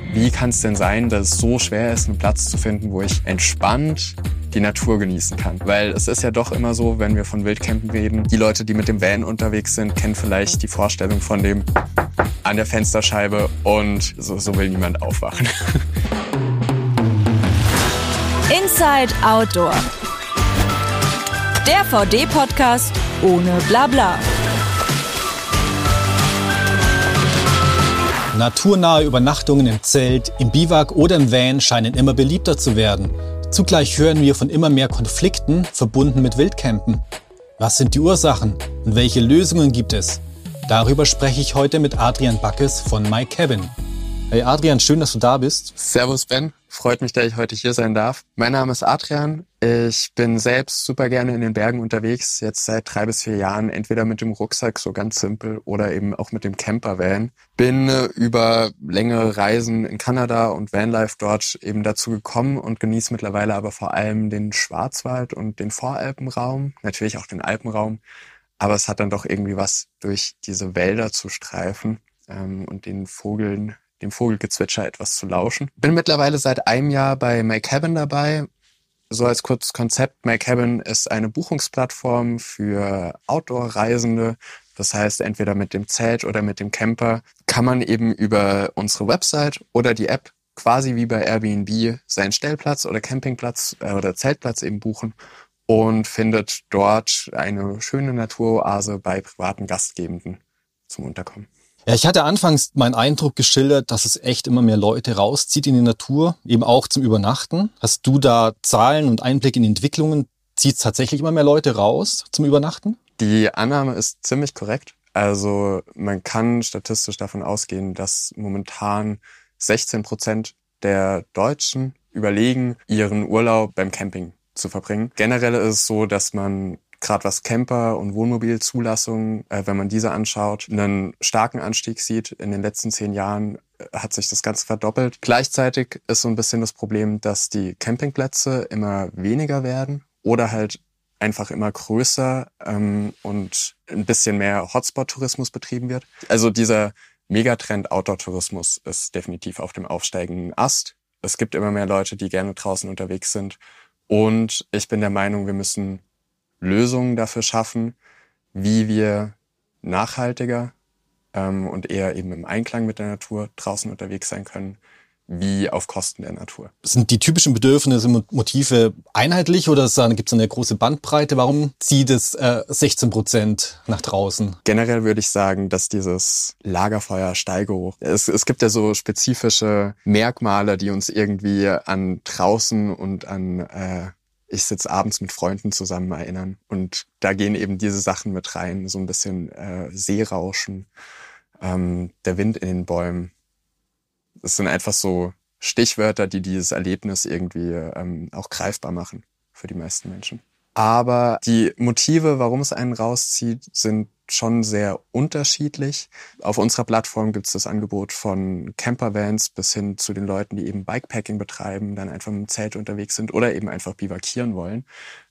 Wie kann es denn sein, dass es so schwer ist, einen Platz zu finden, wo ich entspannt die Natur genießen kann? Weil es ist ja doch immer so, wenn wir von Wildcampen reden, die Leute, die mit dem Van unterwegs sind, kennen vielleicht die Vorstellung von dem an der Fensterscheibe und so will niemand aufwachen. Inside Outdoor. Der VD-Podcast ohne Blabla. Naturnahe Übernachtungen im Zelt, im Biwak oder im Van scheinen immer beliebter zu werden. Zugleich hören wir von immer mehr Konflikten verbunden mit Wildcampen. Was sind die Ursachen und welche Lösungen gibt es? Darüber spreche ich heute mit Adrian Backes von My Cabin. Hey Adrian, schön, dass du da bist. Servus Ben, freut mich, dass ich heute hier sein darf. Mein Name ist Adrian. Ich bin selbst super gerne in den Bergen unterwegs, jetzt seit 3 bis 4 Jahren, entweder mit dem Rucksack, so ganz simpel, oder eben auch mit dem Campervan. Bin über längere Reisen in Kanada und Vanlife dort eben dazu gekommen und genieße mittlerweile aber vor allem den Schwarzwald und den Voralpenraum, natürlich auch den Alpenraum. Aber es hat dann doch irgendwie was, durch diese Wälder zu streifen und dem Vogelgezwitscher etwas zu lauschen. Bin mittlerweile seit einem Jahr bei My Cabin dabei. So als kurzes Konzept, My Cabin ist eine Buchungsplattform für Outdoor-Reisende. Das heißt, entweder mit dem Zelt oder mit dem Camper kann man eben über unsere Website oder die App quasi wie bei Airbnb seinen Stellplatz oder Campingplatz oder Zeltplatz eben buchen und findet dort eine schöne Naturoase bei privaten Gastgebenden zum Unterkommen. Ja, ich hatte anfangs meinen Eindruck geschildert, dass es echt immer mehr Leute rauszieht in die Natur, eben auch zum Übernachten. Hast du da Zahlen und Einblick in die Entwicklungen? Zieht es tatsächlich immer mehr Leute raus zum Übernachten? Die Annahme ist ziemlich korrekt. Also man kann statistisch davon ausgehen, dass momentan 16% der Deutschen überlegen, ihren Urlaub beim Camping zu verbringen. Generell ist es so, dass man gerade was Camper- und Wohnmobilzulassungen, wenn man diese anschaut, einen starken Anstieg sieht. In den letzten 10 Jahren hat sich das Ganze verdoppelt. Gleichzeitig ist so ein bisschen das Problem, dass die Campingplätze immer weniger werden oder halt einfach immer größer und ein bisschen mehr Hotspot-Tourismus betrieben wird. Also dieser Megatrend Outdoor-Tourismus ist definitiv auf dem aufsteigenden Ast. Es gibt immer mehr Leute, die gerne draußen unterwegs sind. Und ich bin der Meinung, wir müssen Lösungen dafür schaffen, wie wir nachhaltiger und eher eben im Einklang mit der Natur draußen unterwegs sein können, wie auf Kosten der Natur. Sind die typischen Bedürfnisse und Motive einheitlich oder gibt es eine große Bandbreite? Warum zieht es 16% nach draußen? Generell würde ich sagen, dass dieses Lagerfeuer, Steigeruch, es gibt ja so spezifische Merkmale, die uns irgendwie an draußen und an ich sitze abends mit Freunden zusammen erinnern. Und da gehen eben diese Sachen mit rein, so ein bisschen Seerauschen, der Wind in den Bäumen. Das sind einfach so Stichwörter, die dieses Erlebnis irgendwie auch greifbar machen für die meisten Menschen. Aber die Motive, warum es einen rauszieht, sind schon sehr unterschiedlich. Auf unserer Plattform gibt es das Angebot von Campervans bis hin zu den Leuten, die eben Bikepacking betreiben, dann einfach mit dem Zelt unterwegs sind oder eben einfach bivakieren wollen.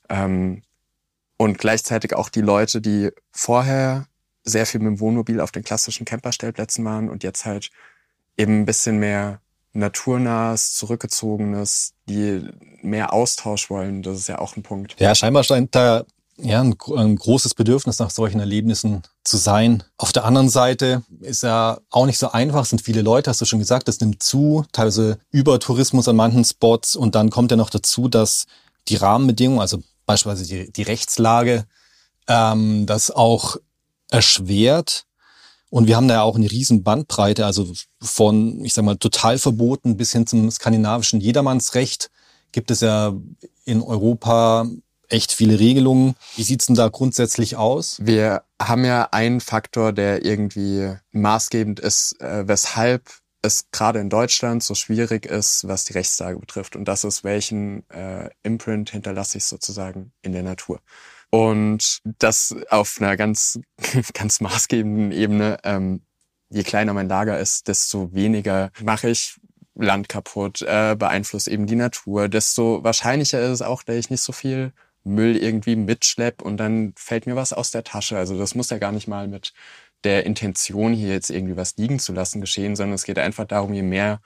Und gleichzeitig auch die Leute, die vorher sehr viel mit dem Wohnmobil auf den klassischen Camperstellplätzen waren und jetzt halt eben ein bisschen mehr naturnahes, zurückgezogenes, die mehr Austausch wollen. Das ist ja auch ein Punkt. Ja, scheinbar scheint da ein großes Bedürfnis nach solchen Erlebnissen zu sein. Auf der anderen Seite ist ja auch nicht so einfach, es sind viele Leute, hast du schon gesagt, das nimmt zu, teilweise Übertourismus an manchen Spots und dann kommt ja noch dazu, dass die Rahmenbedingungen, also beispielsweise die Rechtslage, das auch erschwert. Und wir haben da ja auch eine riesen Bandbreite, also von, ich sag mal, Totalverboten bis hin zum skandinavischen Jedermannsrecht gibt es ja in Europa echt viele Regelungen. Wie sieht's denn da grundsätzlich aus? Wir haben ja einen Faktor, der irgendwie maßgebend ist, weshalb es gerade in Deutschland so schwierig ist, was die Rechtslage betrifft. Und das ist, welchen Imprint hinterlasse ich sozusagen in der Natur. Und das auf einer ganz, ganz maßgebenden Ebene. Je kleiner mein Lager ist, desto weniger mache ich Land kaputt, beeinflusst eben die Natur. Desto wahrscheinlicher ist es auch, dass ich nicht so viel Müll irgendwie mitschlepp und dann fällt mir was aus der Tasche. Also das muss ja gar nicht mal mit der Intention, hier jetzt irgendwie was liegen zu lassen, geschehen, sondern es geht einfach darum, je mehr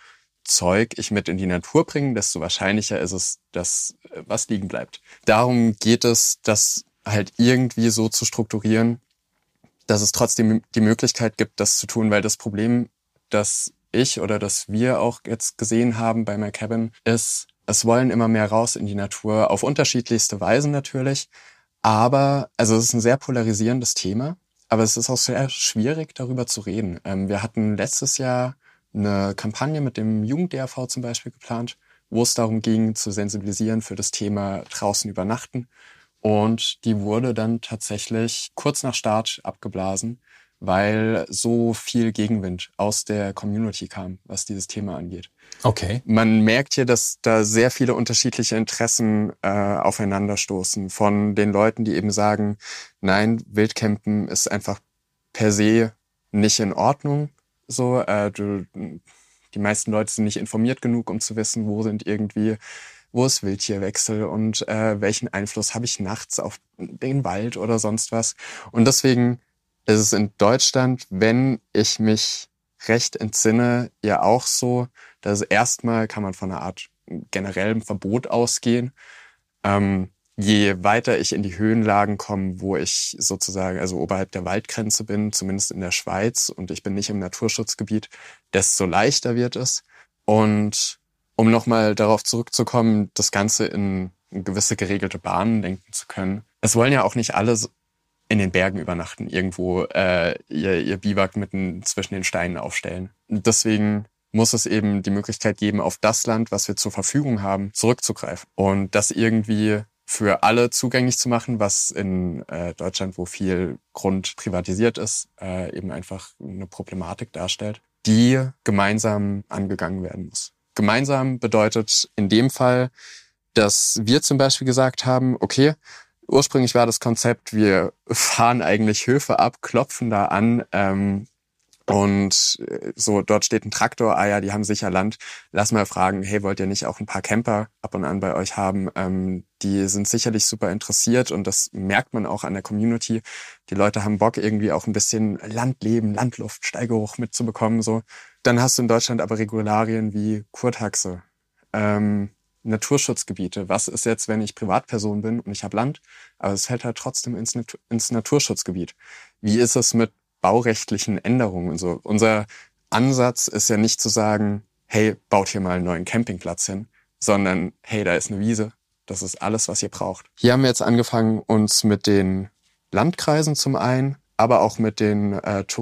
Zeug ich mit in die Natur bringe, desto wahrscheinlicher ist es, dass was liegen bleibt. Darum geht es, das halt irgendwie so zu strukturieren, dass es trotzdem die Möglichkeit gibt, das zu tun, weil das Problem, das ich oder das wir auch jetzt gesehen haben bei My Cabin, ist, es wollen immer mehr raus in die Natur, auf unterschiedlichste Weisen natürlich, aber, also es ist ein sehr polarisierendes Thema, aber es ist auch sehr schwierig, darüber zu reden. Wir hatten letztes Jahr eine Kampagne mit dem Jugend-DRV zum Beispiel geplant, wo es darum ging, zu sensibilisieren für das Thema draußen übernachten. Und die wurde dann tatsächlich kurz nach Start abgeblasen, weil so viel Gegenwind aus der Community kam, was dieses Thema angeht. Okay. Man merkt hier, dass da sehr viele unterschiedliche Interessen aufeinanderstoßen. Von den Leuten, die eben sagen, nein, Wildcampen ist einfach per se nicht in Ordnung. So, die meisten Leute sind nicht informiert genug, um zu wissen, wo ist Wildtierwechsel und welchen Einfluss habe ich nachts auf den Wald oder sonst was. Und deswegen ist es in Deutschland, wenn ich mich recht entsinne, ja auch so, dass erstmal kann man von einer Art generellem Verbot ausgehen. Je weiter ich in die Höhenlagen komme, wo ich sozusagen, also oberhalb der Waldgrenze bin, zumindest in der Schweiz, und ich bin nicht im Naturschutzgebiet, desto leichter wird es. Und um nochmal darauf zurückzukommen, das Ganze in gewisse geregelte Bahnen lenken zu können. Es wollen ja auch nicht alle in den Bergen übernachten, irgendwo ihr Biwak mitten zwischen den Steinen aufstellen. Und deswegen muss es eben die Möglichkeit geben, auf das Land, was wir zur Verfügung haben, zurückzugreifen. Und das irgendwie für alle zugänglich zu machen, was in Deutschland, wo viel Grund privatisiert ist, eben einfach eine Problematik darstellt, die gemeinsam angegangen werden muss. Gemeinsam bedeutet in dem Fall, dass wir zum Beispiel gesagt haben, okay, ursprünglich war das Konzept, wir fahren eigentlich Höfe ab, klopfen da an, und so, dort steht ein Traktor, ah ja, die haben sicher Land. Lass mal fragen, hey, wollt ihr nicht auch ein paar Camper ab und an bei euch haben? Die sind sicherlich super interessiert und das merkt man auch an der Community. Die Leute haben Bock, irgendwie auch ein bisschen Landleben, Landluft, Steigeruch mitzubekommen. So. Dann hast du in Deutschland aber Regularien wie Kurtaxe, Naturschutzgebiete. Was ist jetzt, wenn ich Privatperson bin und ich habe Land, aber es fällt halt trotzdem ins Naturschutzgebiet? Wie ist es mit baurechtlichen Änderungen und so? Unser Ansatz ist ja nicht zu sagen, hey, baut hier mal einen neuen Campingplatz hin, sondern hey, da ist eine Wiese, das ist alles, was ihr braucht. Hier haben wir jetzt angefangen, uns mit den Landkreisen zum einen, aber auch mit den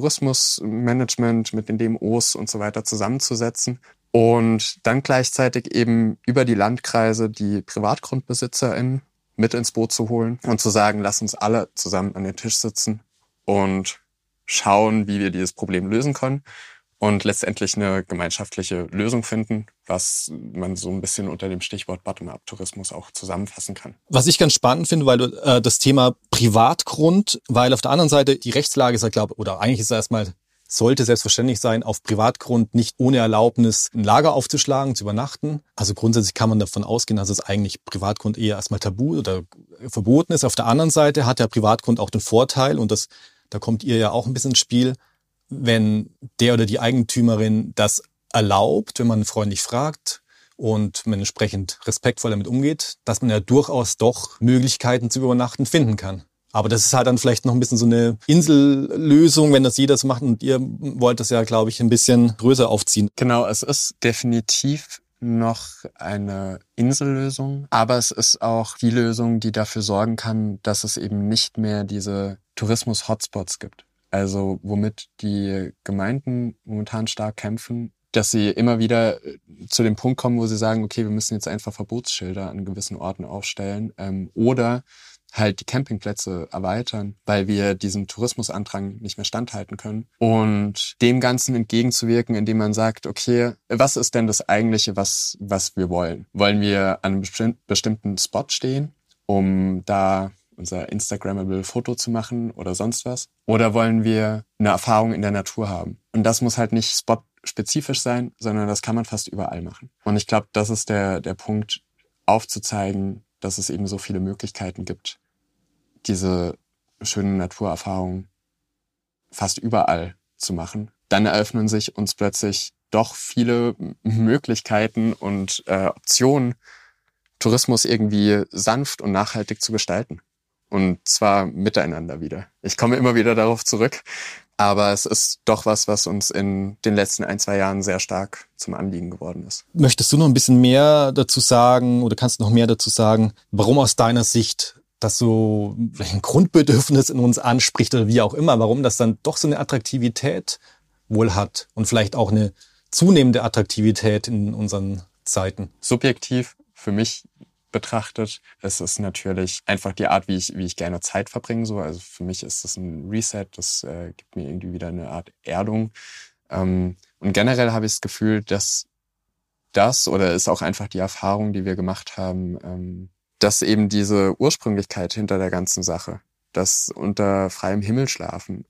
Tourismusmanagement, mit den DMOs und so weiter zusammenzusetzen und dann gleichzeitig eben über die Landkreise die PrivatgrundbesitzerInnen mit ins Boot zu holen und zu sagen, lass uns alle zusammen an den Tisch sitzen und schauen, wie wir dieses Problem lösen können und letztendlich eine gemeinschaftliche Lösung finden, was man so ein bisschen unter dem Stichwort Bottom-up-Tourismus auch zusammenfassen kann. Was ich ganz spannend finde, weil du das Thema Privatgrund, weil auf der anderen Seite die Rechtslage ist, oder eigentlich ist es erstmal, sollte selbstverständlich sein, auf Privatgrund nicht ohne Erlaubnis ein Lager aufzuschlagen, zu übernachten. Also grundsätzlich kann man davon ausgehen, dass es eigentlich Privatgrund eher erstmal tabu oder verboten ist. Auf der anderen Seite hat der Privatgrund auch den Vorteil, und da kommt ihr ja auch ein bisschen ins Spiel, wenn der oder die Eigentümerin das erlaubt, wenn man freundlich fragt und man entsprechend respektvoll damit umgeht, dass man ja durchaus doch Möglichkeiten zu übernachten finden kann. Aber das ist halt dann vielleicht noch ein bisschen so eine Insellösung, wenn das jeder so macht, und ihr wollt das ja, glaube ich, ein bisschen größer aufziehen. Genau, es ist definitiv noch eine Insellösung, aber es ist auch die Lösung, die dafür sorgen kann, dass es eben nicht mehr diese Tourismus-Hotspots gibt. Also womit die Gemeinden momentan stark kämpfen, dass sie immer wieder zu dem Punkt kommen, wo sie sagen, okay, wir müssen jetzt einfach Verbotsschilder an gewissen Orten aufstellen, oder halt die Campingplätze erweitern, weil wir diesem Tourismusandrang nicht mehr standhalten können. Und dem Ganzen entgegenzuwirken, indem man sagt, okay, was ist denn das Eigentliche, was wir wollen? Wollen wir an einem bestimmten Spot stehen, um da unser Instagrammable Foto zu machen oder sonst was? Oder wollen wir eine Erfahrung in der Natur haben? Und das muss halt nicht spotspezifisch sein, sondern das kann man fast überall machen. Und ich glaube, das ist der Punkt, aufzuzeigen, dass es eben so viele Möglichkeiten gibt, diese schönen Naturerfahrungen fast überall zu machen. Dann eröffnen sich uns plötzlich doch viele Möglichkeiten und Optionen, Tourismus irgendwie sanft und nachhaltig zu gestalten. Und zwar miteinander wieder. Ich komme immer wieder darauf zurück, aber es ist doch was uns in den letzten 1-2 Jahren sehr stark zum Anliegen geworden ist. Möchtest du noch ein bisschen mehr dazu sagen oder kannst du noch mehr dazu sagen, warum aus deiner Sicht das so vielleicht ein Grundbedürfnis in uns anspricht oder wie auch immer, warum das dann doch so eine Attraktivität wohl hat und vielleicht auch eine zunehmende Attraktivität in unseren Zeiten? Subjektiv für mich betrachtet, ist es natürlich einfach die Art, wie ich gerne Zeit verbringe. So. Also für mich ist das ein Reset, das gibt mir irgendwie wieder eine Art Erdung. Und generell habe ich das Gefühl, dass das oder ist auch einfach die Erfahrung, die wir gemacht haben, dass eben diese Ursprünglichkeit hinter der ganzen Sache, das unter freiem Himmel schlafen,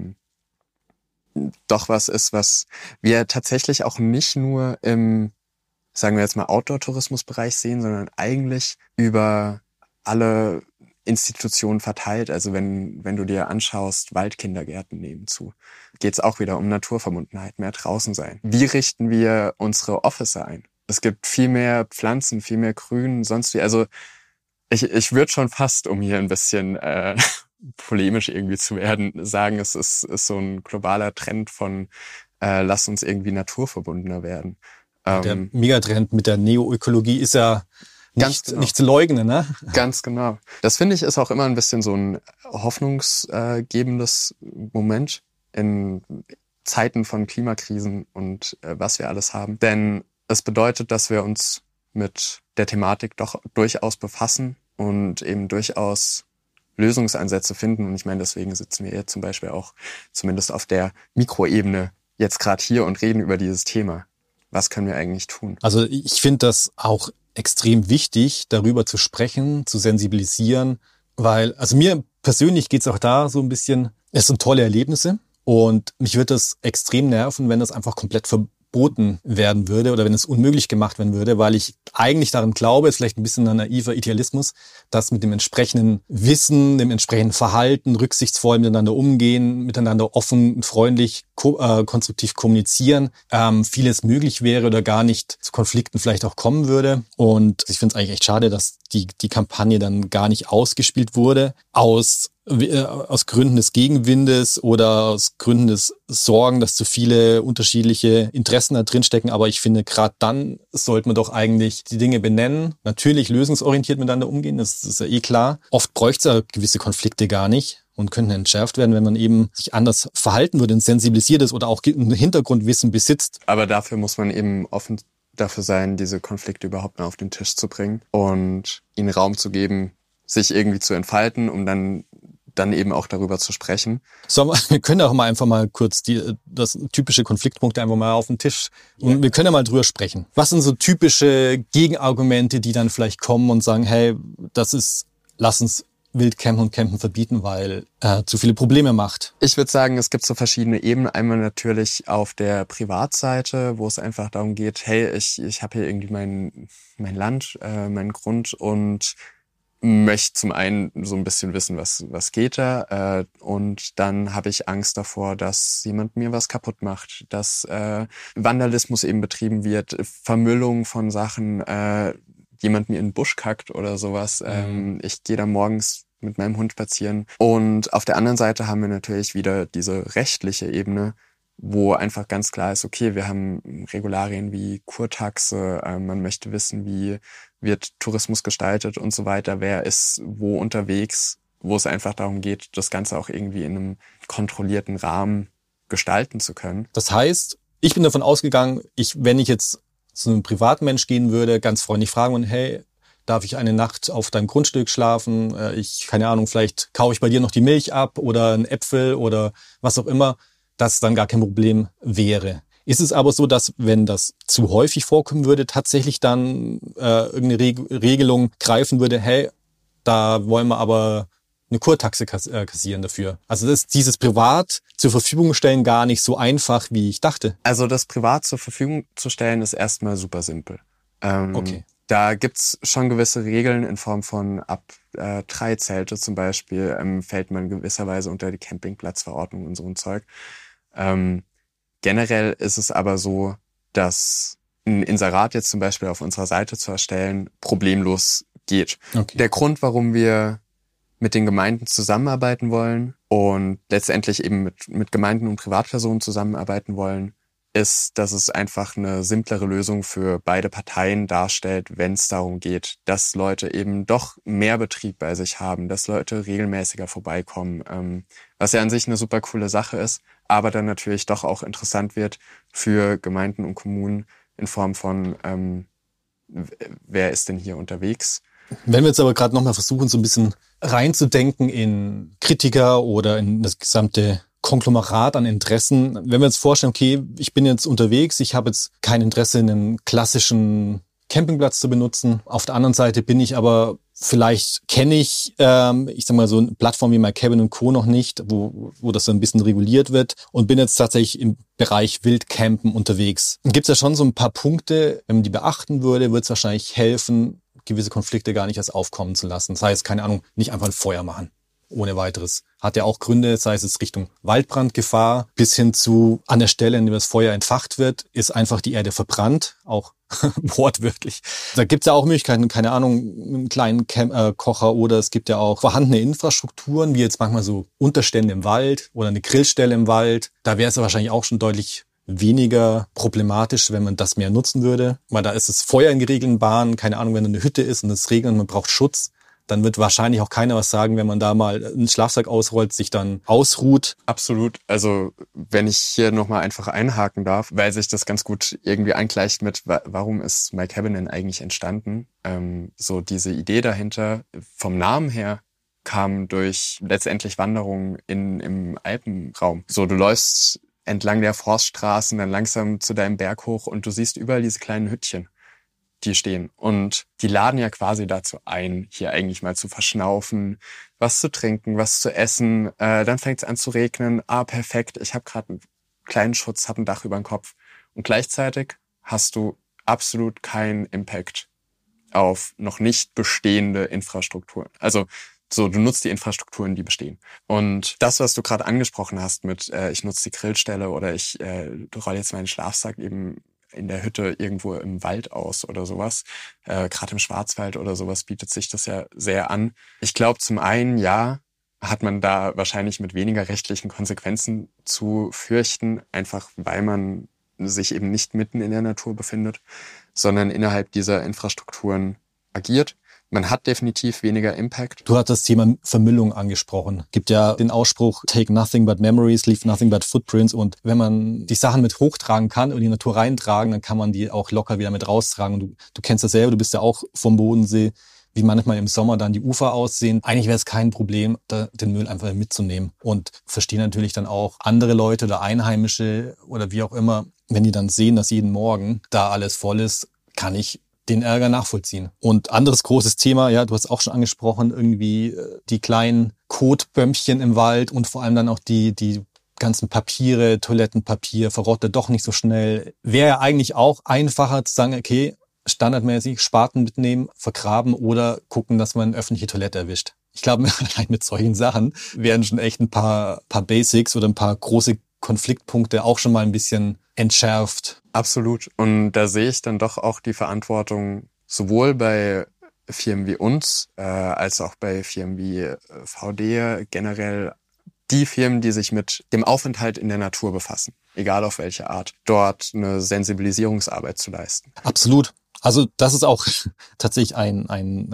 doch was ist, was wir tatsächlich auch nicht nur im, sagen wir jetzt mal, Outdoor-Tourismusbereich sehen, sondern eigentlich über alle Institutionen verteilt. Also wenn du dir anschaust, Waldkindergärten nehmen zu, geht es auch wieder um Naturverbundenheit, mehr draußen sein. Wie richten wir unsere Office ein? Es gibt viel mehr Pflanzen, viel mehr Grün, sonst wie. Also ich würde schon fast, um hier ein bisschen polemisch irgendwie zu werden, sagen, es ist so ein globaler Trend von lass uns irgendwie naturverbundener werden. Der Megatrend mit der Neoökologie ist ja nicht zu leugnen, ne? Ganz genau. Das finde ich ist auch immer ein bisschen so ein hoffnungsgebendes Moment in Zeiten von Klimakrisen und was wir alles haben. Denn es bedeutet, dass wir uns mit der Thematik doch durchaus befassen und eben durchaus Lösungsansätze finden. Und ich meine, deswegen sitzen wir jetzt zum Beispiel auch zumindest auf der Mikroebene jetzt gerade hier und reden über dieses Thema. Was können wir eigentlich tun? Also ich finde das auch extrem wichtig, darüber zu sprechen, zu sensibilisieren, weil, also mir persönlich geht's auch da so ein bisschen, es sind tolle Erlebnisse und mich wird das extrem nerven, wenn das einfach komplett verboten werden würde oder wenn es unmöglich gemacht werden würde, weil ich eigentlich daran glaube, ist vielleicht ein bisschen ein naiver Idealismus, dass mit dem entsprechenden Wissen, dem entsprechenden Verhalten, rücksichtsvoll miteinander umgehen, miteinander offen und freundlich, konstruktiv kommunizieren, vieles möglich wäre oder gar nicht zu Konflikten vielleicht auch kommen würde. Und ich finde es eigentlich echt schade, dass die Kampagne dann gar nicht ausgespielt wurde, aus Gründen des Gegenwindes oder aus Gründen des Sorgen, dass zu viele unterschiedliche Interessen da drinstecken. Aber ich finde, gerade dann sollte man doch eigentlich die Dinge benennen. Natürlich lösungsorientiert miteinander umgehen, das ist ja eh klar. Oft bräuchte es ja gewisse Konflikte gar nicht und könnten entschärft werden, wenn man eben sich anders verhalten würde und sensibilisiert ist oder auch ein Hintergrundwissen besitzt. Aber dafür muss man eben offen dafür sein, diese Konflikte überhaupt mal auf den Tisch zu bringen und ihnen Raum zu geben, sich irgendwie zu entfalten, um dann eben auch darüber zu sprechen. So, wir können auch mal einfach mal kurz das typische Konfliktpunkte einfach mal auf den Tisch und wir können ja mal drüber sprechen. Was sind so typische Gegenargumente, die dann vielleicht kommen und sagen, hey, lass uns Wildcampen und Campen verbieten, weil zu viele Probleme macht? Ich würde sagen, es gibt so verschiedene Ebenen. Einmal natürlich auf der Privatseite, wo es einfach darum geht, hey, ich habe hier irgendwie mein Land, meinen Grund und möchte zum einen so ein bisschen wissen, was geht da, und dann habe ich Angst davor, dass jemand mir was kaputt macht, dass Vandalismus eben betrieben wird, Vermüllung von Sachen, jemand mir in den Busch kackt oder sowas. Ich gehe da morgens mit meinem Hund spazieren. Und auf der anderen Seite haben wir natürlich wieder diese rechtliche Ebene, wo einfach ganz klar ist, okay, wir haben Regularien wie Kurtaxe, man möchte wissen, wie wird Tourismus gestaltet und so weiter, wer ist wo unterwegs, wo es einfach darum geht, das Ganze auch irgendwie in einem kontrollierten Rahmen gestalten zu können. Das heißt, ich bin davon ausgegangen, wenn ich jetzt zu einem Privatmensch gehen würde, ganz freundlich fragen und hey, darf ich eine Nacht auf deinem Grundstück schlafen? Keine Ahnung, vielleicht kaufe ich bei dir noch die Milch ab oder einen Äpfel oder was auch immer, dass dann gar kein Problem wäre. Ist es aber so, dass wenn das zu häufig vorkommen würde, tatsächlich dann irgendeine Regelung greifen würde, hey, da wollen wir aber eine Kurtaxe kassieren dafür. Also das ist dieses Privat zur Verfügung stellen gar nicht so einfach, wie ich dachte. Also das Privat zur Verfügung zu stellen ist erstmal super simpel. Okay. Da gibt's schon gewisse Regeln in Form von ab 3 Zelte zum Beispiel, fällt man gewisserweise unter die Campingplatzverordnung und so ein Zeug. Generell ist es aber so, dass ein Inserat jetzt zum Beispiel auf unserer Seite zu erstellen problemlos geht. Okay. Der Grund, warum wir mit den Gemeinden zusammenarbeiten wollen und letztendlich eben mit Gemeinden und Privatpersonen zusammenarbeiten wollen, ist, dass es einfach eine simplere Lösung für beide Parteien darstellt, wenn es darum geht, dass Leute eben doch mehr Betrieb bei sich haben, dass Leute regelmäßiger vorbeikommen, was ja an sich eine super coole Sache ist, aber dann natürlich doch auch interessant wird für Gemeinden und Kommunen in Form von, wer ist denn hier unterwegs? Wenn wir jetzt aber gerade nochmal versuchen, so ein bisschen reinzudenken in Kritiker oder in das gesamte Konglomerat an Interessen. Wenn wir uns vorstellen, okay, ich bin jetzt unterwegs, ich habe jetzt kein Interesse, einen klassischen Campingplatz zu benutzen. Auf der anderen Seite bin ich aber, vielleicht kenne ich sag mal so eine Plattform wie MyCabin und Co. noch nicht, wo das so ein bisschen reguliert wird und bin jetzt tatsächlich im Bereich Wildcampen unterwegs. Gibt es ja schon so ein paar Punkte, wenn man die beachten würde, wird es wahrscheinlich helfen, gewisse Konflikte gar nicht erst aufkommen zu lassen. Das heißt, keine Ahnung, nicht einfach ein Feuer machen. Ohne weiteres. Hat ja auch Gründe, sei es Richtung Waldbrandgefahr bis hin zu an der Stelle, in der das Feuer entfacht wird, ist einfach die Erde verbrannt, auch wortwörtlich. Da gibt's ja auch Möglichkeiten, keine Ahnung, einen kleinen Kocher oder es gibt ja auch vorhandene Infrastrukturen, wie jetzt manchmal so Unterstände im Wald oder eine Grillstelle im Wald. Da wäre es ja wahrscheinlich auch schon deutlich weniger problematisch, wenn man das mehr nutzen würde, weil da ist das Feuer in geregelten Bahnen, keine Ahnung, wenn eine Hütte ist und es regnet und man braucht Schutz, dann wird wahrscheinlich auch keiner was sagen, wenn man da mal einen Schlafsack ausrollt, sich dann ausruht. Absolut. Also wenn ich hier nochmal einfach einhaken darf, weil sich das ganz gut irgendwie angleicht mit, warum ist MyCabin denn eigentlich entstanden? So diese Idee dahinter vom Namen her kam durch letztendlich Wanderungen im Alpenraum. So, du läufst entlang der Forststraßen dann langsam zu deinem Berg hoch und du siehst überall diese kleinen Hüttchen, die stehen. Und die laden ja quasi dazu ein, hier eigentlich mal zu verschnaufen, was zu trinken, was zu essen. Dann fängt es an zu regnen. Perfekt, ich habe gerade einen kleinen Schutz, habe ein Dach über dem Kopf. Und gleichzeitig hast du absolut keinen Impact auf noch nicht bestehende Infrastrukturen. Also so, du nutzt die Infrastrukturen, die bestehen. Und das, was du gerade angesprochen hast mit, ich nutze die Grillstelle oder ich rolle jetzt meinen Schlafsack eben in der Hütte irgendwo im Wald aus oder sowas. Gerade im Schwarzwald oder sowas bietet sich das ja sehr an. Ich glaube, zum einen, ja, hat man da wahrscheinlich mit weniger rechtlichen Konsequenzen zu fürchten, einfach weil man sich eben nicht mitten in der Natur befindet, sondern innerhalb dieser Infrastrukturen agiert. Man hat definitiv weniger Impact. Du hast das Thema Vermüllung angesprochen. Gibt ja den Ausspruch, take nothing but memories, leave nothing but footprints. Und wenn man die Sachen mit hochtragen kann und in die Natur reintragen, dann kann man die auch locker wieder mit raustragen. Und du kennst das selber, du bist ja auch vom Bodensee, wie manchmal im Sommer dann die Ufer aussehen. Eigentlich wäre es kein Problem, den Müll einfach mitzunehmen. Und verstehen natürlich dann auch andere Leute oder Einheimische oder wie auch immer, wenn die dann sehen, dass jeden Morgen da alles voll ist, kann ich den Ärger nachvollziehen. Und anderes großes Thema, ja, du hast auch schon angesprochen, irgendwie die kleinen Kotbömmchen im Wald und vor allem dann auch die ganzen Papiere, Toilettenpapier, verrottet doch nicht so schnell. Wäre ja eigentlich auch einfacher zu sagen, okay, standardmäßig Spaten mitnehmen, vergraben oder gucken, dass man eine öffentliche Toilette erwischt. Ich glaube, allein mit solchen Sachen wären schon echt ein paar Basics oder ein paar große Konfliktpunkte auch schon mal ein bisschen entschärft. Absolut. Und da sehe ich dann doch auch die Verantwortung sowohl bei Firmen wie uns, als auch bei Firmen wie VD, generell die Firmen, die sich mit dem Aufenthalt in der Natur befassen, egal auf welche Art, dort eine Sensibilisierungsarbeit zu leisten. Absolut. Also das ist auch tatsächlich ein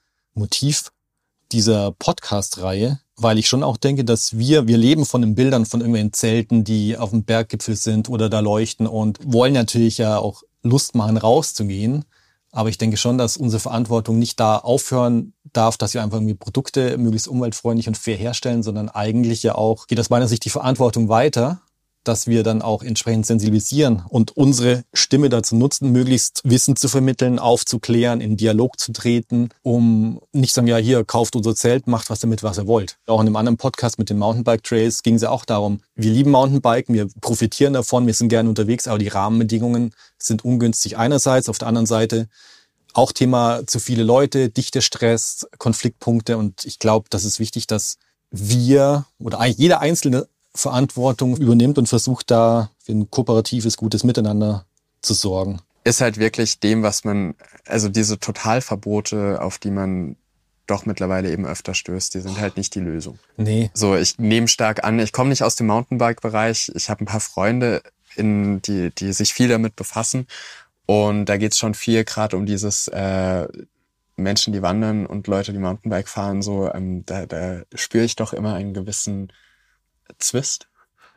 Motiv dieser Podcast-Reihe, weil ich schon auch denke, dass wir leben von den Bildern von irgendwelchen Zelten, die auf dem Berggipfel sind oder da leuchten und wollen natürlich ja auch Lust machen, rauszugehen. Aber ich denke schon, dass unsere Verantwortung nicht da aufhören darf, dass wir einfach irgendwie Produkte möglichst umweltfreundlich und fair herstellen, sondern eigentlich ja auch geht aus meiner Sicht die Verantwortung weiter, dass wir dann auch entsprechend sensibilisieren und unsere Stimme dazu nutzen, möglichst Wissen zu vermitteln, aufzuklären, in Dialog zu treten, um nicht sagen, ja, hier, kauft unser Zelt, macht was damit, was ihr wollt. Auch in einem anderen Podcast mit den Mountainbike-Trails ging es ja auch darum, wir lieben Mountainbiken, wir profitieren davon, wir sind gerne unterwegs, aber die Rahmenbedingungen sind ungünstig einerseits, auf der anderen Seite auch Thema zu viele Leute, Dichtestress, Konfliktpunkte und ich glaube, das ist wichtig, dass wir oder eigentlich jeder Einzelne Verantwortung übernimmt und versucht da für ein kooperatives, gutes Miteinander zu sorgen. Ist halt wirklich dem, also diese Totalverbote, auf die man doch mittlerweile eben öfter stößt, die sind halt nicht die Lösung. Nee. So, ich nehme stark an, ich komme nicht aus dem Mountainbike-Bereich, ich habe ein paar Freunde, die sich viel damit befassen und da geht's schon viel gerade um dieses Menschen, die wandern und Leute, die Mountainbike fahren, so, da spüre ich doch immer einen gewissen Zwist,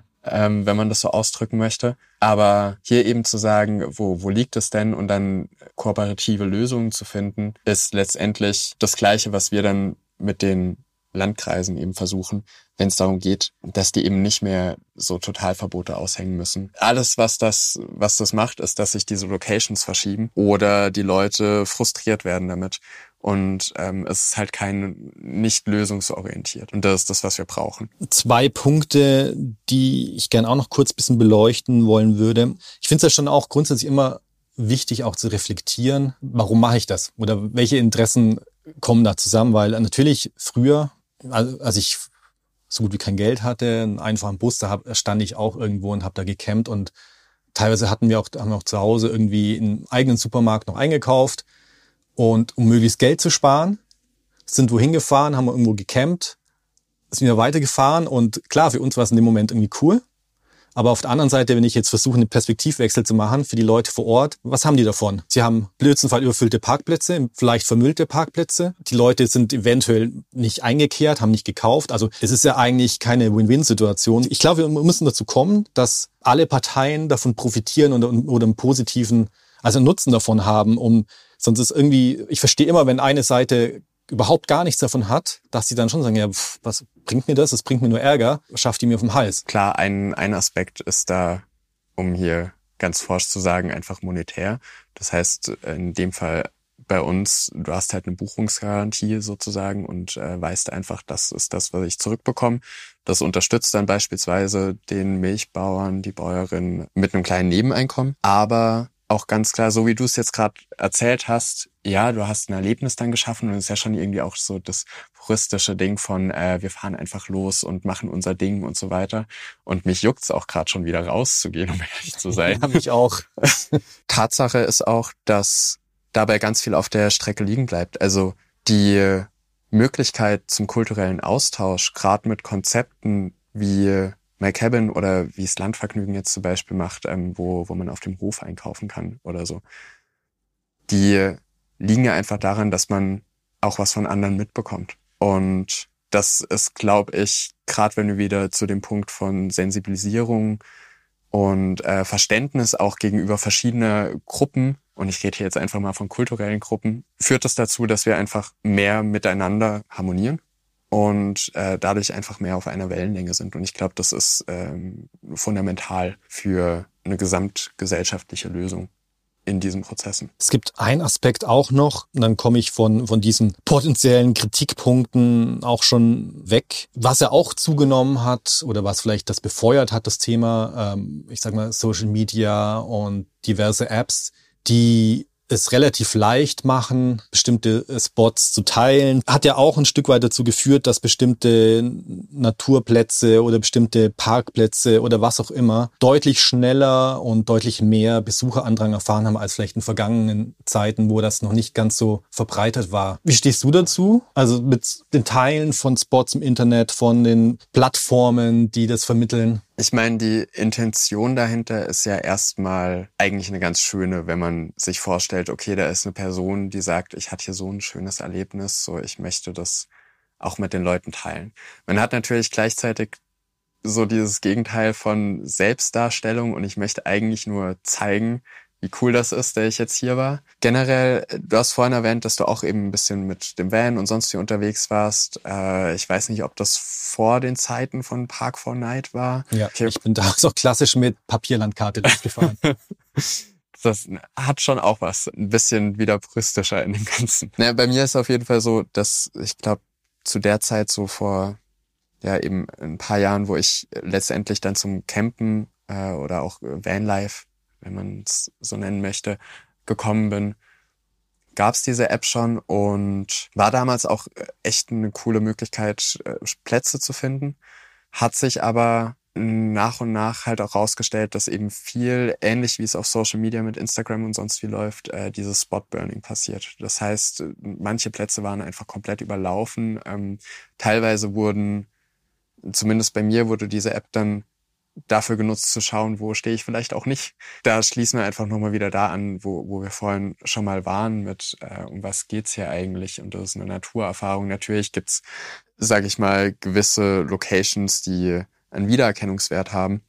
wenn man das so ausdrücken möchte. Aber hier eben zu sagen, wo liegt es denn und dann kooperative Lösungen zu finden, ist letztendlich das Gleiche, was wir dann mit den Landkreisen eben versuchen, wenn es darum geht, dass die eben nicht mehr so Totalverbote aushängen müssen. Alles, was das macht, ist, dass sich diese Locations verschieben oder die Leute frustriert werden damit. Und es ist halt nicht lösungsorientiert. Und das ist das, was wir brauchen. 2 Punkte, die ich gerne auch noch kurz ein bisschen beleuchten wollen würde. Ich finde es ja schon auch grundsätzlich immer wichtig, auch zu reflektieren, warum mache ich das? Oder welche Interessen kommen da zusammen? Weil natürlich früher, als ich so gut wie kein Geld hatte, einen einfachen Bus, da stand ich auch irgendwo und habe da gecampt. Und teilweise haben wir auch zu Hause irgendwie einen eigenen Supermarkt noch eingekauft. Und um möglichst Geld zu sparen, sind wohin gefahren, haben wir irgendwo gecampt, sind wieder weitergefahren und klar, für uns war es in dem Moment irgendwie cool. Aber auf der anderen Seite, wenn ich jetzt versuche, einen Perspektivwechsel zu machen für die Leute vor Ort, was haben die davon? Sie haben blödstenfalls überfüllte Parkplätze, vielleicht vermüllte Parkplätze. Die Leute sind eventuell nicht eingekehrt, haben nicht gekauft. Also es ist ja eigentlich keine Win-Win-Situation. Ich glaube, wir müssen dazu kommen, dass alle Parteien davon profitieren oder einen positiven, also einen Nutzen davon haben, sonst ist irgendwie, ich verstehe immer, wenn eine Seite überhaupt gar nichts davon hat, dass sie dann schon sagen, ja, was bringt mir das? Das bringt mir nur Ärger, schafft die mir vom Hals. Klar, ein Aspekt ist da, um hier ganz forsch zu sagen, einfach monetär. Das heißt, in dem Fall bei uns, du hast halt eine Buchungsgarantie sozusagen und weißt einfach, das ist das, was ich zurückbekomme. Das unterstützt dann beispielsweise den Milchbauern, die Bäuerin mit einem kleinen Nebeneinkommen. Aber auch ganz klar, so wie du es jetzt gerade erzählt hast, ja, du hast ein Erlebnis dann geschaffen und es ist ja schon irgendwie auch so das puristische Ding von wir fahren einfach los und machen unser Ding und so weiter. Und mich juckt's auch gerade schon wieder rauszugehen, um ehrlich zu sein. Ja, mich auch. Tatsache ist auch, dass dabei ganz viel auf der Strecke liegen bleibt. Also die Möglichkeit zum kulturellen Austausch, gerade mit Konzepten wie My Cabin oder wie es Landvergnügen jetzt zum Beispiel macht, wo man auf dem Hof einkaufen kann oder so. Die liegen ja einfach daran, dass man auch was von anderen mitbekommt. Und das ist, glaube ich, gerade wenn wir wieder zu dem Punkt von Sensibilisierung und Verständnis auch gegenüber verschiedener Gruppen, und ich rede hier jetzt einfach mal von kulturellen Gruppen, führt das dazu, dass wir einfach mehr miteinander harmonieren und dadurch einfach mehr auf einer Wellenlänge sind. Und ich glaube, das ist fundamental für eine gesamtgesellschaftliche Lösung in diesen Prozessen. Es gibt einen Aspekt auch noch, und dann komme ich von diesen potenziellen Kritikpunkten auch schon weg. Was ja auch zugenommen hat oder was vielleicht das befeuert hat, das Thema, ich sag mal Social Media und diverse Apps, die es relativ leicht machen, bestimmte Spots zu teilen. Hat ja auch ein Stück weit dazu geführt, dass bestimmte Naturplätze oder bestimmte Parkplätze oder was auch immer deutlich schneller und deutlich mehr Besucherandrang erfahren haben als vielleicht in vergangenen Zeiten, wo das noch nicht ganz so verbreitet war. Wie stehst du dazu? Also mit den Teilen von Spots im Internet, von den Plattformen, die das vermitteln? Ich meine, die Intention dahinter ist ja erstmal eigentlich eine ganz schöne, wenn man sich vorstellt, okay, da ist eine Person, die sagt, ich hatte hier so ein schönes Erlebnis, so ich möchte das auch mit den Leuten teilen. Man hat natürlich gleichzeitig so dieses Gegenteil von Selbstdarstellung und ich möchte eigentlich nur zeigen, wie cool das ist, dass ich jetzt hier war. Generell, du hast vorhin erwähnt, dass du auch eben ein bisschen mit dem Van und sonst wie unterwegs warst. Ich weiß nicht, ob das vor den Zeiten von Park4Night war. Ja, ich bin da so klassisch mit Papierlandkarte durchgefahren. Das hat schon auch was, ein bisschen wieder puristischer in dem Ganzen. Naja, bei mir ist auf jeden Fall so, dass ich glaube, zu der Zeit so vor eben ein paar Jahren, wo ich letztendlich dann zum Campen oder auch Vanlife, wenn man es so nennen möchte, gekommen bin, gab es diese App schon und war damals auch echt eine coole Möglichkeit, Plätze zu finden. Hat sich aber nach und nach halt auch rausgestellt, dass eben viel, ähnlich wie es auf Social Media mit Instagram und sonst wie läuft, dieses Spot-Burning passiert. Das heißt, manche Plätze waren einfach komplett überlaufen. Teilweise zumindest bei mir wurde diese App dann dafür genutzt zu schauen, wo stehe ich vielleicht auch nicht. Da schließen wir einfach nochmal wieder da an, wo wir vorhin schon mal waren mit, um was geht's hier eigentlich? Und das ist eine Naturerfahrung. Natürlich gibt's, sage ich mal, gewisse Locations, die einen Wiedererkennungswert haben.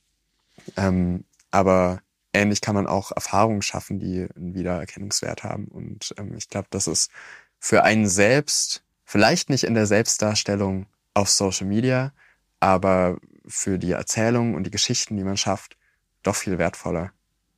Aber ähnlich kann man auch Erfahrungen schaffen, die einen Wiedererkennungswert haben. Und ich glaube, das ist für einen selbst, vielleicht nicht in der Selbstdarstellung auf Social Media, aber für die Erzählung und die Geschichten, die man schafft, doch viel wertvoller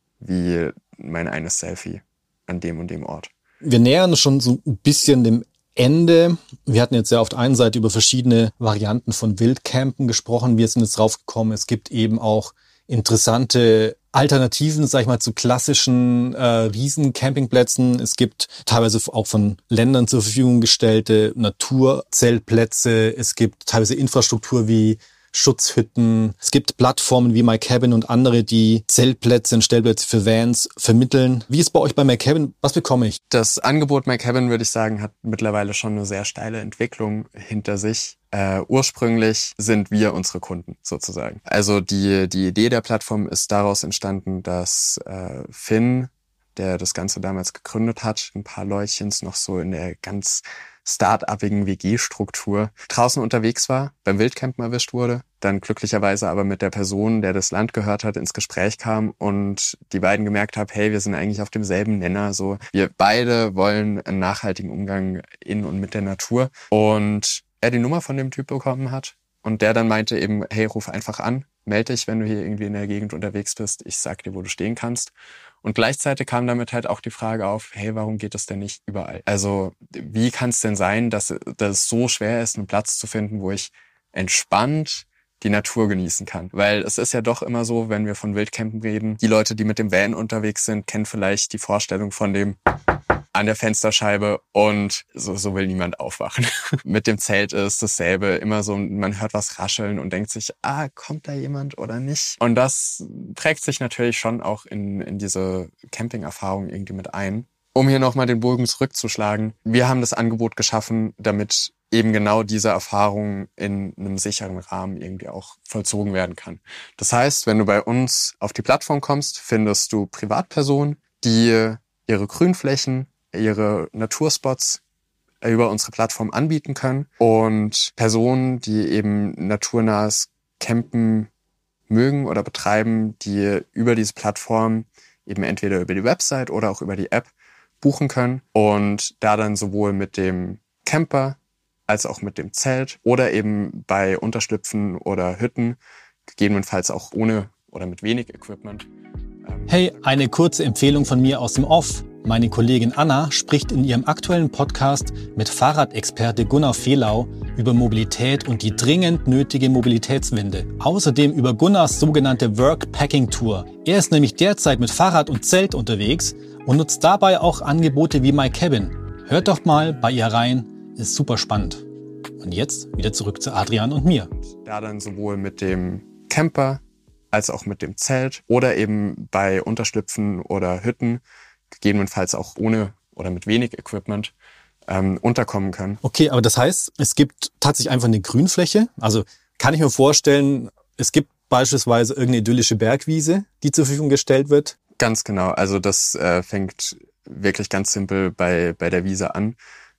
wie mein eines Selfie an dem und dem Ort. Wir nähern uns schon so ein bisschen dem Ende. Wir hatten jetzt ja auf der einen Seite über verschiedene Varianten von Wildcampen gesprochen. Wir sind jetzt draufgekommen, es gibt eben auch interessante Alternativen, sag ich mal, zu klassischen Riesencampingplätzen. Es gibt teilweise auch von Ländern zur Verfügung gestellte Naturzeltplätze. Es gibt teilweise Infrastruktur wie Schutzhütten. Es gibt Plattformen wie MyCabin und andere, die Zeltplätze und Stellplätze für Vans vermitteln. Wie ist bei euch bei MyCabin? Was bekomme ich? Das Angebot MyCabin, würde ich sagen, hat mittlerweile schon eine sehr steile Entwicklung hinter sich. Ursprünglich sind wir unsere Kunden sozusagen. Also die Idee der Plattform ist daraus entstanden, dass Finn, der das Ganze damals gegründet hat, ein paar Leutchens noch so in der ganz start-upigen WG-Struktur draußen unterwegs war, beim Wildcampen erwischt wurde, dann glücklicherweise aber mit der Person, der das Land gehört hat, ins Gespräch kam und die beiden gemerkt haben, hey, wir sind eigentlich auf demselben Nenner, so wir beide wollen einen nachhaltigen Umgang in und mit der Natur und er die Nummer von dem Typ bekommen hat und der dann meinte eben, hey, ruf einfach an, melde dich, wenn du hier irgendwie in der Gegend unterwegs bist, ich sag dir, wo du stehen kannst. Und gleichzeitig kam damit halt auch die Frage auf, hey, warum geht das denn nicht überall? Also wie kann es denn sein, dass es so schwer ist, einen Platz zu finden, wo ich entspannt die Natur genießen kann? Weil es ist ja doch immer so, wenn wir von Wildcampen reden, die Leute, die mit dem Van unterwegs sind, kennen vielleicht die Vorstellung von dem an der Fensterscheibe und so will niemand aufwachen. Mit dem Zelt ist dasselbe, immer so, man hört was rascheln und denkt sich, kommt da jemand oder nicht? Und das prägt sich natürlich schon auch in diese Camping-Erfahrung irgendwie mit ein. Um hier nochmal den Bogen zurückzuschlagen, wir haben das Angebot geschaffen, damit eben genau diese Erfahrung in einem sicheren Rahmen irgendwie auch vollzogen werden kann. Das heißt, wenn du bei uns auf die Plattform kommst, findest du Privatpersonen, die ihre Grünflächen, ihre Naturspots über unsere Plattform anbieten können und Personen, die eben naturnahes Campen mögen oder betreiben, die über diese Plattform eben entweder über die Website oder auch über die App buchen können und da dann sowohl mit dem Camper als auch mit dem Zelt oder eben bei Unterschlüpfen oder Hütten, gegebenenfalls auch ohne oder mit wenig Equipment. Hey, eine kurze Empfehlung von mir aus dem Off. Meine Kollegin Anna spricht in ihrem aktuellen Podcast mit Fahrradexperte Gunnar Fehlau über Mobilität und die dringend nötige Mobilitätswende. Außerdem über Gunnars sogenannte Workpacking-Tour. Er ist nämlich derzeit mit Fahrrad und Zelt unterwegs und nutzt dabei auch Angebote wie MyCabin. Hört doch mal bei ihr rein, ist super spannend. Und jetzt wieder zurück zu Adrian und mir. Da dann sowohl mit dem Camper als auch mit dem Zelt oder eben bei Unterschlüpfen oder Hütten, gegebenenfalls auch ohne oder mit wenig Equipment, unterkommen können. Okay, aber das heißt, es gibt tatsächlich einfach eine Grünfläche. Also kann ich mir vorstellen, es gibt beispielsweise irgendeine idyllische Bergwiese, die zur Verfügung gestellt wird? Ganz genau. Also das fängt wirklich ganz simpel bei der Wiese an.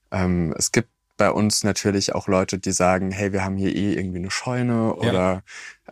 Es gibt bei uns natürlich auch Leute, die sagen, hey, wir haben hier irgendwie eine Scheune oder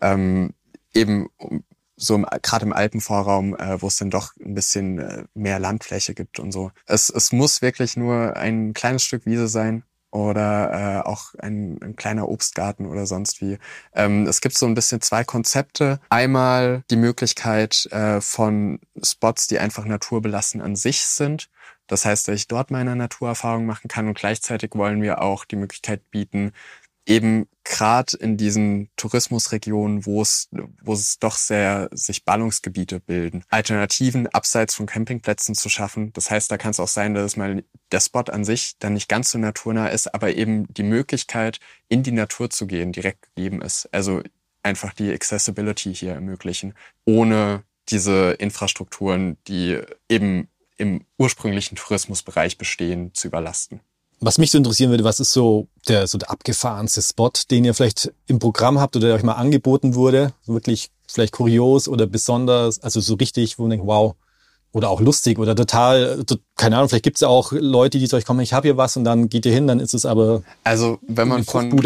eben so gerade im Alpenvorraum, wo es dann doch ein bisschen mehr Landfläche gibt und so. Es muss wirklich nur ein kleines Stück Wiese sein oder auch ein kleiner Obstgarten oder sonst wie. Es gibt so ein bisschen zwei Konzepte. Einmal die Möglichkeit von Spots, die einfach naturbelassen an sich sind. Das heißt, dass ich dort meine Naturerfahrung machen kann und gleichzeitig wollen wir auch die Möglichkeit bieten, eben gerade in diesen Tourismusregionen, wo es doch sehr sich Ballungsgebiete bilden, Alternativen abseits von Campingplätzen zu schaffen. Das heißt, da kann es auch sein, dass mal der Spot an sich dann nicht ganz so naturnah ist, aber eben die Möglichkeit, in die Natur zu gehen, direkt gegeben ist. Also einfach die Accessibility hier ermöglichen, ohne diese Infrastrukturen, die eben im ursprünglichen Tourismusbereich bestehen, zu überlasten. Was mich so interessieren würde, was ist so der abgefahrenste Spot, den ihr vielleicht im Programm habt oder der euch mal angeboten wurde? Wirklich vielleicht kurios oder besonders, also so richtig, wo man denkt, wow, oder auch lustig oder total, keine Ahnung, vielleicht gibt es ja auch Leute, die zu euch kommen, ich habe hier was und dann geht ihr hin, dann ist es aber... Also wenn man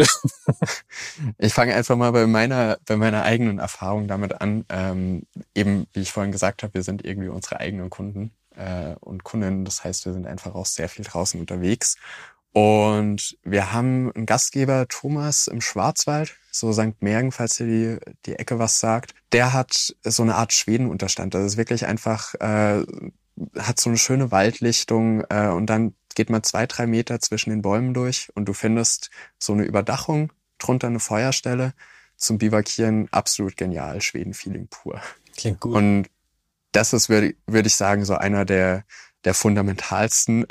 ich fange einfach mal bei meiner eigenen Erfahrung damit an. Eben, wie ich vorhin gesagt habe, wir sind irgendwie unsere eigenen Kunden und Kundinnen. Das heißt, wir sind einfach auch sehr viel draußen unterwegs. Und wir haben einen Gastgeber, Thomas, im Schwarzwald, so St. Mergen, falls dir die Ecke was sagt. Der hat so eine Art Schwedenunterstand. Das ist wirklich einfach, hat so eine schöne Waldlichtung und dann geht man 2-3 Meter zwischen den Bäumen durch und du findest so eine Überdachung, drunter eine Feuerstelle zum Bivakieren. Absolut genial, Schweden-Feeling pur. Klingt gut. Und das ist, würde ich sagen, so einer der fundamentalsten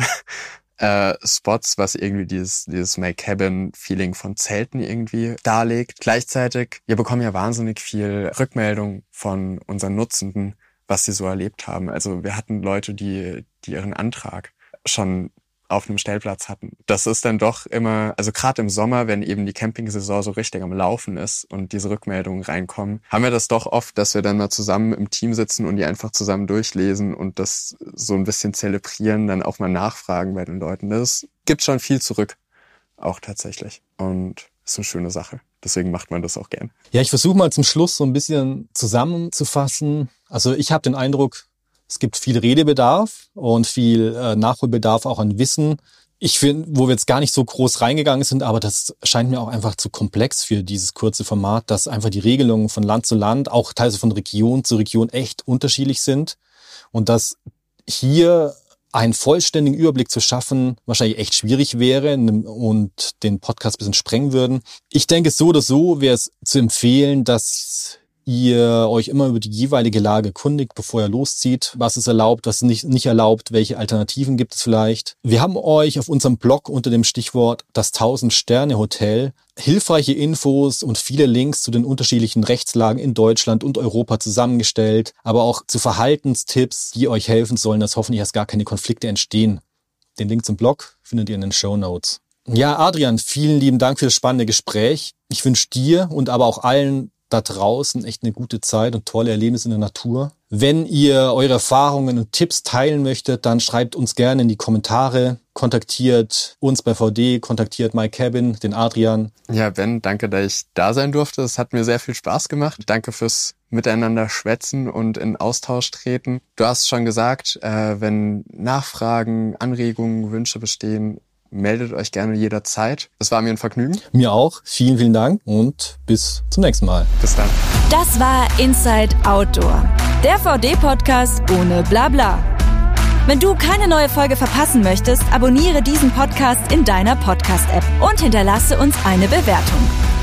Spots, was irgendwie dieses Make-Cabin-Feeling von Zelten irgendwie darlegt. Gleichzeitig, wir bekommen ja wahnsinnig viel Rückmeldung von unseren Nutzenden, was sie so erlebt haben. Also wir hatten Leute, die ihren Antrag schon auf einem Stellplatz hatten. Das ist dann doch immer, also gerade im Sommer, wenn eben die Campingsaison so richtig am Laufen ist und diese Rückmeldungen reinkommen, haben wir das doch oft, dass wir dann mal zusammen im Team sitzen und die einfach zusammen durchlesen und das so ein bisschen zelebrieren, dann auch mal nachfragen bei den Leuten. Das gibt schon viel zurück, auch tatsächlich. Und das ist eine schöne Sache. Deswegen macht man das auch gern. Ja, ich versuche mal zum Schluss so ein bisschen zusammenzufassen. Also ich habe den Eindruck, es gibt viel Redebedarf und viel Nachholbedarf auch an Wissen. Ich finde, wo wir jetzt gar nicht so groß reingegangen sind, aber das scheint mir auch einfach zu komplex für dieses kurze Format, dass einfach die Regelungen von Land zu Land, auch teilweise von Region zu Region echt unterschiedlich sind und dass hier einen vollständigen Überblick zu schaffen wahrscheinlich echt schwierig wäre und den Podcast ein bisschen sprengen würden. Ich denke, so oder so wäre es zu empfehlen, dass ihr euch immer über die jeweilige Lage kundigt, bevor ihr loszieht. Was ist erlaubt, was ist nicht erlaubt, welche Alternativen gibt es vielleicht. Wir haben euch auf unserem Blog unter dem Stichwort das 1000-Sterne-Hotel hilfreiche Infos und viele Links zu den unterschiedlichen Rechtslagen in Deutschland und Europa zusammengestellt, aber auch zu Verhaltenstipps, die euch helfen sollen, dass hoffentlich erst gar keine Konflikte entstehen. Den Link zum Blog findet ihr in den Shownotes. Ja, Adrian, vielen lieben Dank für das spannende Gespräch. Ich wünsche dir und aber auch allen da draußen echt eine gute Zeit und tolle Erlebnisse in der Natur. Wenn ihr eure Erfahrungen und Tipps teilen möchtet, dann schreibt uns gerne in die Kommentare, kontaktiert uns bei VD, kontaktiert MyCabin, den Adrian. Ja, Ben, danke, dass ich da sein durfte. Es hat mir sehr viel Spaß gemacht. Danke fürs Miteinander schwätzen und in Austausch treten. Du hast schon gesagt, wenn Nachfragen, Anregungen, Wünsche bestehen, meldet euch gerne jederzeit. Es war mir ein Vergnügen. Mir auch. Vielen, vielen Dank und bis zum nächsten Mal. Bis dann. Das war Inside Outdoor, der VD-Podcast ohne Blabla. Wenn du keine neue Folge verpassen möchtest, abonniere diesen Podcast in deiner Podcast-App und hinterlasse uns eine Bewertung.